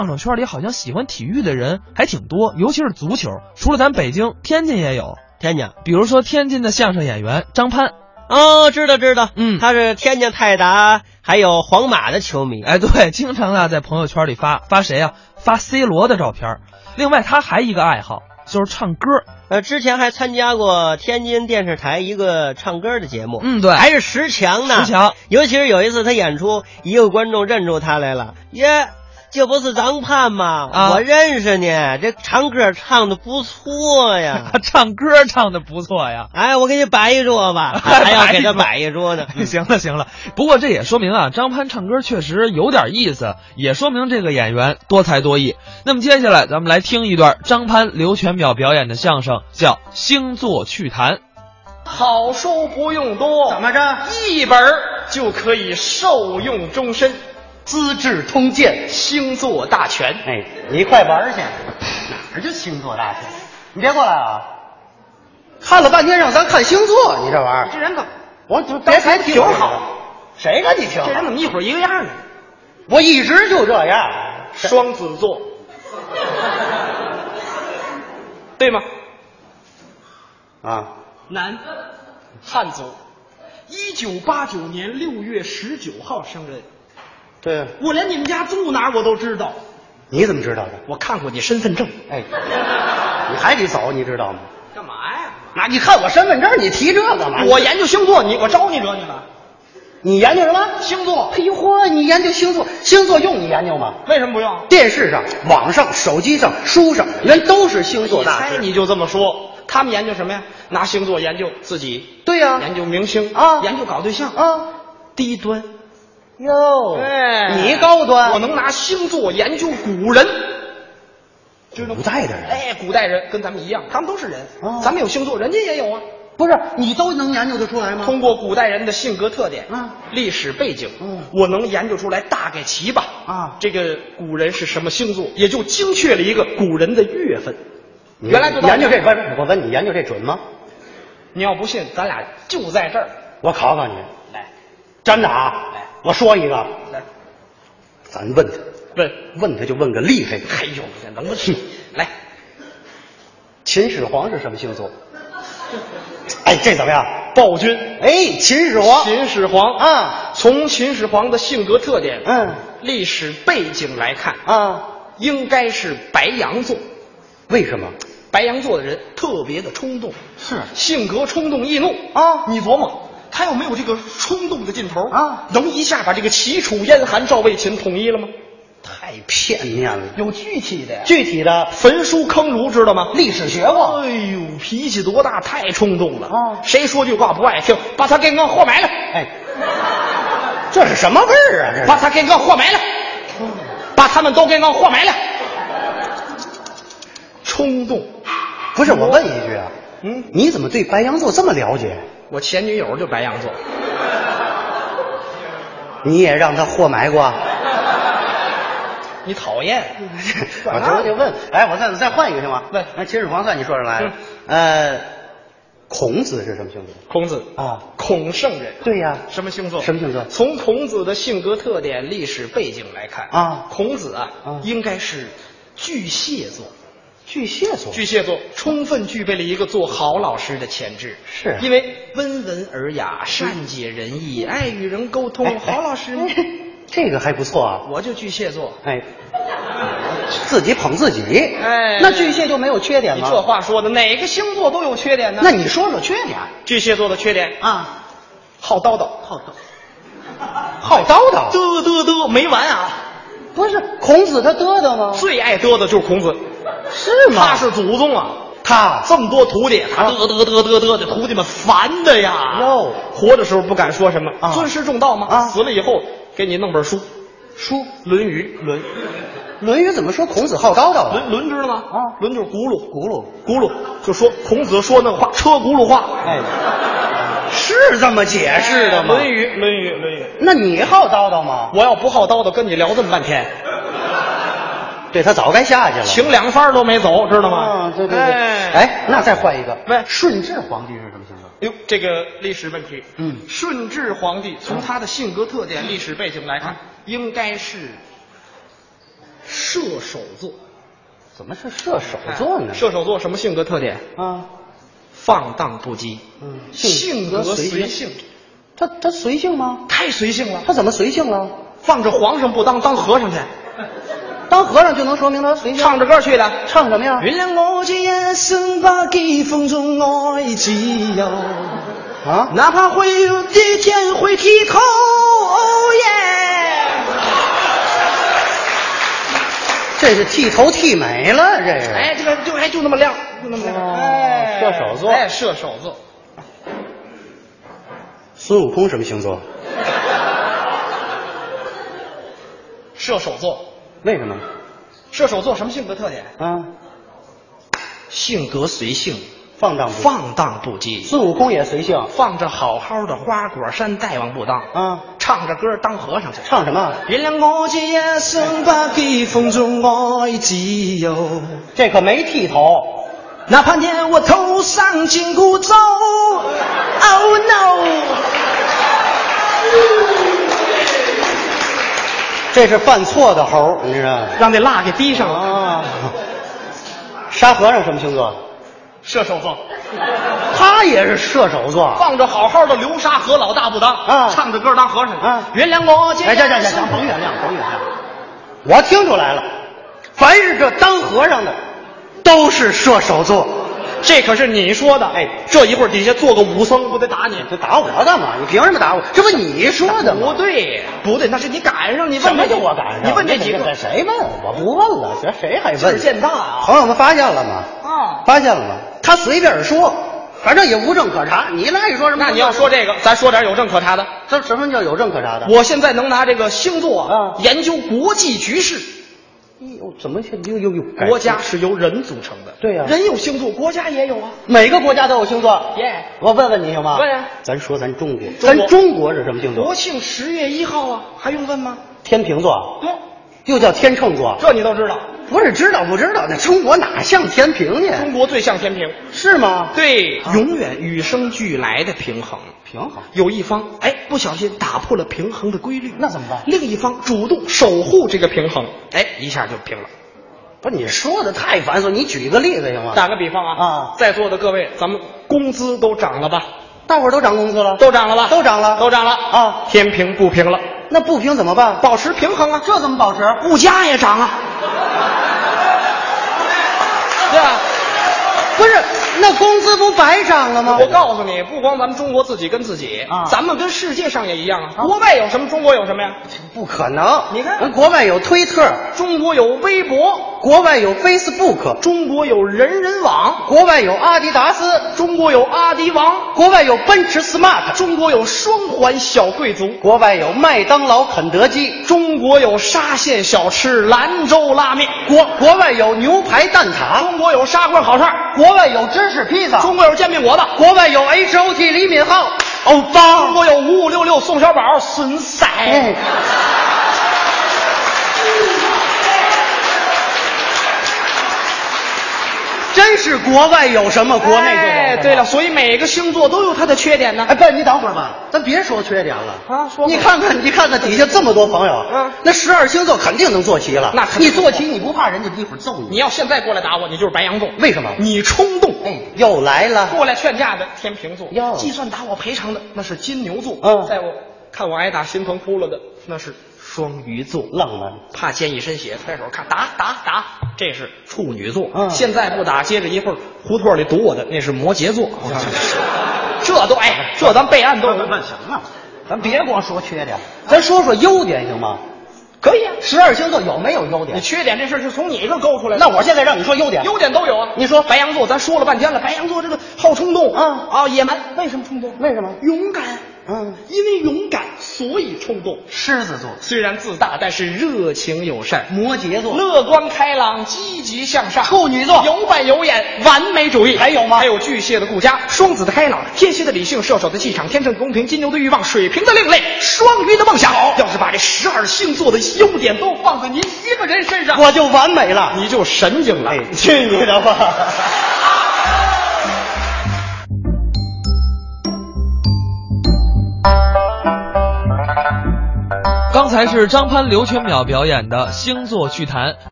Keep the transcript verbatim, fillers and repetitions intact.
相声圈里好像喜欢体育的人还挺多，尤其是足球。除了咱北京，天津也有。 天津， 比如说天津的相声演员张潘。 哦，知道知道， 嗯， 他是天津泰达还有皇马的球迷。 哎，对，经常啊在朋友圈里发发谁啊？发 C 罗的照片。另外，他还一个爱好就是唱歌。 呃，之前还参加过天津电视台一个唱歌的节目。 嗯，对， 还是十强呢。 十强， 尤其是有一次他演出，一个观众认出他来了，耶。这不是张潘吗？啊、我认识你，这唱歌唱的不错呀。 唱歌唱的不错呀。 哎，我给你摆一桌吧，还要给他摆一桌呢。 行了行了，不过这也说明啊，张潘唱歌确实有点意思，也说明这个演员多才多艺。那么接下来咱们来听一段张潘、刘全淼表演的相声，叫《星座趣谈》。 好书不用多， 怎么着？ 一本就可以受用终身。 资治通鉴， 星座大全。 哎，你快玩去，哪儿就星座大全？你别过来啊！看了半天让咱看星座，你这玩意儿， 这人怎么？ 我就别别挺好。谁跟你挺好？ 这人怎么一会儿一个样呢？ 我一直就这样。 双子座，对吗？ 啊， 男，汉族，一九八九年六月十九号生人。 对， 我连你们家住哪儿我都知道。 你怎么知道的？ 我看过你身份证。 哎，你还得走，你知道吗？ 干嘛呀？ 那你看我身份证，你提这干嘛？ 我研究星座，你我招你惹你了？ 你研究什么？ 星座。 哎呦嚯，你研究星座，星座用你研究吗？ 为什么不用？ 电视上、网上、手机上、书上，人都是星座大师。 你猜你就这么说，他们研究什么呀？拿星座研究自己。 对呀、啊， 研究明星啊， 研究搞对象啊， 低端。 哟， 哎， 你高端， 我能拿星座研究古人， 知道古代的人， 哎，古代人跟咱们一样，他们都是人， 哦、 咱们有星座，人家也有啊。 不是，你都能研究得出来吗？ 通过古代人的性格特点、 嗯、 历史背景， 嗯， 我能研究出来大概齐吧。 啊， 这个古人是什么星座，也就精确了一个古人的月份。 原来就研究这，不是我问你，研究这准吗？ 你要不信，咱俩就在这儿， 我考考你。 来， 真的啊！ 来， 我说一个， 来， 咱问他， 问问他就问个厉害的。 哎呦，这能不能？来， 秦始皇是什么星座？哎，这怎么样？ 暴君。 哎，秦始皇。 秦始皇啊， 从秦始皇的性格特点、 嗯， 历史背景来看啊， 应该是白羊座。 为什么？ 白羊座的人特别的冲动， 是性格冲动易怒啊。 你琢磨，他要没有这个冲动的劲头啊， 能一下把这个齐楚燕韩赵魏秦统一了吗？ 太片面了。 有具体的呀， 具体的焚书坑儒知道吗？ 历史学过。 哎呦，脾气多大，太冲动了啊！ 谁说句话不爱听，把他给我活埋了。 哎，这是什么味儿啊？这把他给我活埋了，把他们都给我活埋了。冲动。 不是，我问一句啊， 嗯， 你怎么对白羊座这么了解？ 我前女友就白羊座。 你也让他活埋过？ 你讨厌？ 我这就问，哎，我再再换一个行吗？ 问， 那秦始皇算你说上来了。呃，孔子是什么星座？ 孔子啊， 孔圣人。 对呀， 什么星座？ 什么星座？ 从孔子的性格特点、历史背景来看啊， 孔子啊， 啊应该是巨蟹座。 巨蟹座， 巨蟹座充分具备了一个做好老师的潜质， 是、啊、 因为温文尔雅、善解人意、爱与人沟通， 哎、 好老师吗？ 哎、这个还不错啊。 我就巨蟹座， 哎，自己捧自己， 哎， 那巨蟹就没有缺点吗？ 你这话说的，哪个星座都有缺点呢？ 那你说说缺点。 巨蟹座的缺点啊， 好叨叨， 好叨，好叨叨， 嘚嘚嘚没完啊！ 不是孔子他嘚嘚吗？ 最爱嘚的就是孔子。 是吗？ 他是祖宗啊， 他这么多徒弟，他嘚嘚嘚嘚嘚，这徒弟们烦的呀。 哟， 活的时候不敢说什么， 啊、 尊师重道嘛。 啊， 死了以后给你弄本书， 书《 论语》。论《 论语》怎么说孔子好叨叨啊？ 论论知道吗？ 啊， 论就是轱辘， 轱辘， 轱辘，就说孔子说那话，车轱辘话。 哎，是这么解释的吗？ 《论语》，《论语》，《论语》。 那你好叨叨吗？ 我要不好叨叨，跟你聊这么半天。 对，他早该下去了， 请两番都没走，知道吗？ 啊，对对对。哎, 哎，那再换一个。 喂， 顺治皇帝是什么星座？ 哟，这个历史问题。 嗯， 顺治皇帝从他的性格特点、历史背景来看，应该是射手座。 怎么是射手座呢？ 哎、射手座什么性格特点啊？ 放荡不羁， 嗯， 性格随随性。 他他随性吗？ 太随性了。 他怎么随性了？ 放着皇上不当，当和尚去。 当和尚就能说明他随性？ 唱着歌去了， 唱什么呀？ 原谅我这一生把寄风中愛自由啊， 哪怕會有啲天會剃頭。哦耶！ 这是剃头剃美了，这是。 哎，这个就哎就那么亮，就那么亮。 哦、 哎， 射手座。 哎，射手座。 孙悟空什么星座？ 射手座。 为什么？ 射手座什么性格特点？ 啊， 性格随性， 放荡不放荡不羁。 孙悟空也随性， 放着好好的花果山大王不当啊， 唱着歌当和尚去。 唱什么？ 原諒我這一生把寄風中愛自由。 这可没剃头， 哪怕念我頭上緊箍咒。Oh no！ 这是犯错的猴，你知道吗？ 让那蜡给滴上了。 啊，沙和尚什么星座？ 射手座。 他也是射手座， 放着好好的流沙河老大不当啊， 唱着歌当和尚啊。 原谅我这。 哎，这这这，甭原谅，甭原谅。我听出来了，凡是这当和尚的，都是射手座。 这可是你说的。 哎， 这一会儿底下坐个武僧，不得打你？ 这打我干嘛？你凭什么打我？这不你说的吗？ 不对，不对，那是你赶上。你问什么叫我赶上？ 你问这几个？ 谁问？我不问了，这谁还问？ 劲见大啊！ 朋友们发现了吗？ 啊， 发现了吗？他随便说，反正也无证可查。你那你说什么？ 那你要说这个，咱说点有证可查的。 这什么叫有证可查的？ 我现在能拿这个星座啊研究国际局势。 哟，怎么又又又？ 国家是由人组成的。 对呀、啊， 人有星座，国家也有啊。 每个国家都有星座。 耶、yeah ， 我问问你行吗？ 问啊。 咱说咱中国， 中国咱中国是什么星座？ 国庆十月一号啊，还用问吗？ 天秤座。 对， 又叫天秤座。 这你都知道？ 不是知道不知道，那中国哪像天平呢？ 中国最像天平， 是吗？ 对，啊、永远与生俱来的平衡。 平衡， 有一方哎不小心打破了平衡的规律， 那怎么办？ 另一方主动守护这个平衡，哎，一下就平了。 不是你说的太繁琐，你举个例子行吗？ 打个比方啊， 啊， 在座的各位，咱们工资都涨了吧？ 大伙儿都涨工资了， 都涨了吧？ 都涨了， 都涨了啊！ 天平不平了， 那不平怎么办？ 保持平衡啊！ 这怎么保持？ 物价也涨啊，对吧？ 不是，那工资不白涨了吗？ 我告诉你，不光咱们中国自己跟自己啊， 咱们跟世界上也一样啊。国外有什么，中国有什么呀？ 不可能！ 你看， 国外有推特， 中国有微博； 国外有 Facebook， 中国有人人网； 国外有阿迪达斯， 中国有阿迪王； 国外有奔驰 Smart， 中国有双环小贵族； 国外有麦当劳、肯德基， 中国有沙县小吃兰州拉面； 国国外有牛排蛋挞， 中国有砂锅烤串； 国外有芝士披萨， 中国有煎饼果子； 国外有 H O T 李敏镐， 欧巴；中国有五五六六宋小宝、孙赛。 哎真是国外有什么，国内就有什么。 哎，对了，所以每个星座都有它的缺点呢。 哎，不，你等会儿吧，咱别说缺点了啊。说你看看，你看看底下这么多朋友， 嗯， 那十二星座肯定能做齐了。 那肯定你做齐，你不怕人家一会儿揍你？ 你要现在过来打我，你就是白羊座。 为什么？ 你冲动。 哎，又来了。 过来劝架的天平座， 哟， 计算打我赔偿的那是金牛座。 嗯， 在我看我挨打心疼哭了的那是双鱼座， 浪漫， 怕溅一身血，拍手看打打打，这是处女座。 嗯， 现在不打，接着一会儿胡同里堵我的那是摩羯座。这都哎，这咱备案都有。 那行了，咱别光说缺点，咱说说优点行吗？ 可以啊。 十二星座有没有优点？ 你缺点这事是从你这勾出来的。 那我现在让你说优点， 优点都有啊。 你说白羊座，咱说了半天了，白羊座这个好冲动， 嗯啊，野蛮。为什么冲动？ 为什么？ 勇敢。 嗯， 因为勇敢，所以冲动。 狮子座虽然自大，但是热情友善。 摩羯座乐观开朗，积极向上。 处女座有板有眼，完美主义。 还有吗？ 还有巨蟹的顾家，双子的开朗，天蝎的理性，射手的气场，天秤的公平，金牛的欲望，水瓶的另类，双鱼的梦想。要是把这十二星座的优点都放在您一个人身上， 我就完美了， 你就神经了。 哎，去你的吧！ 刚才才是张潘刘全淼表演的星座趣谈。